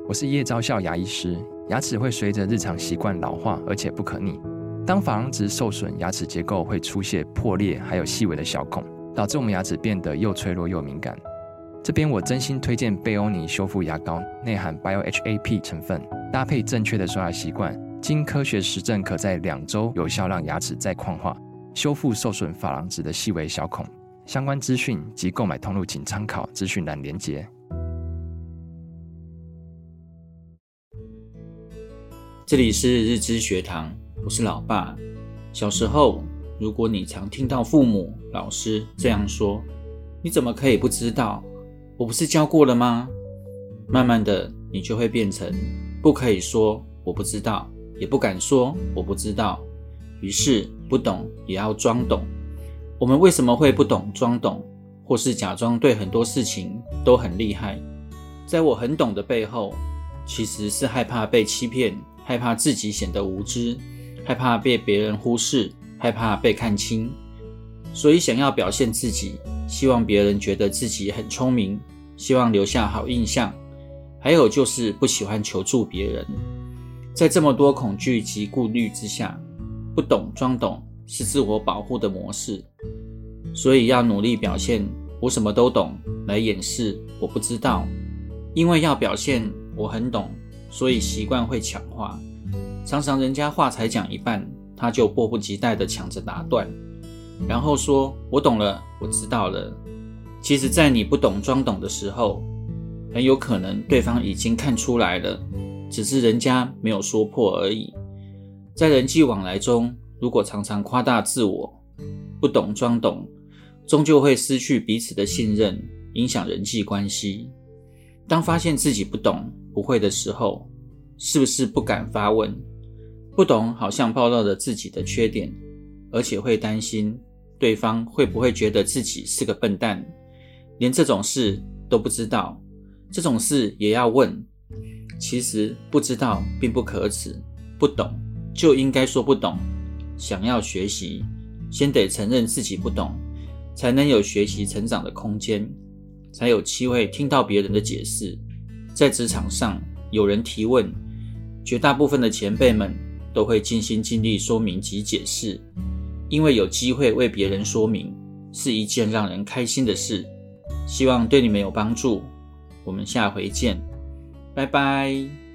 我是叶昭孝牙医师。牙齿会随着日常习惯老化，而且不可逆。当珐琅质受损，牙齿结构会出现破裂，还有细微的小孔，导致我们牙齿变得又脆弱又敏感。这边我真心推荐贝欧尼修复牙膏，内含 BioHAP 成分，搭配正确的刷牙习惯，经科学实证可在2周有效让牙齿再矿化，修复受损珐琅质的细微小孔。相关资讯及购买通路请参考资讯栏连结。 这里是日知学堂，我是老爸。小时候，如果你常听到父母、老师这样说，你怎么可以不知道？我不是教过了吗？慢慢的，你就会变成不可以说我不知道，也不敢说我不知道，于是不懂也要装懂。我们为什么会不懂装懂，或是假装对很多事情都很厉害？在我很懂的背后，其实是害怕被欺骗，害怕自己显得无知，害怕被别人忽视，害怕被看清，所以想要表现自己，希望别人觉得自己很聪明，希望留下好印象，还有就是不喜欢求助别人。在这么多恐惧及顾虑之下，不懂装懂是自我保护的模式，所以要努力表现我什么都懂，来掩饰我不知道。因为要表现我很懂，所以习惯会强化，常常人家话才讲一半，他就迫不及待地抢着打断，然后说我懂了，我知道了。其实在你不懂装懂的时候，很有可能对方已经看出来了，只是人家没有说破而已。在人际往来中，如果常常夸大自我，不懂装懂，终究会失去彼此的信任，影响人际关系。当发现自己不懂不会的时候，是不是不敢发问？不懂好像暴露了自己的缺点，而且会担心对方会不会觉得自己是个笨蛋，连这种事都不知道，这种事也要问。其实不知道并不可耻，不懂就应该说不懂。想要学习，先得承认自己不懂，才能有学习成长的空间，才有机会听到别人的解释。在职场上有人提问，绝大部分的前辈们都会尽心尽力说明及解释，因为有机会为别人说明是一件让人开心的事。希望对你们有帮助，我们下回见，拜拜。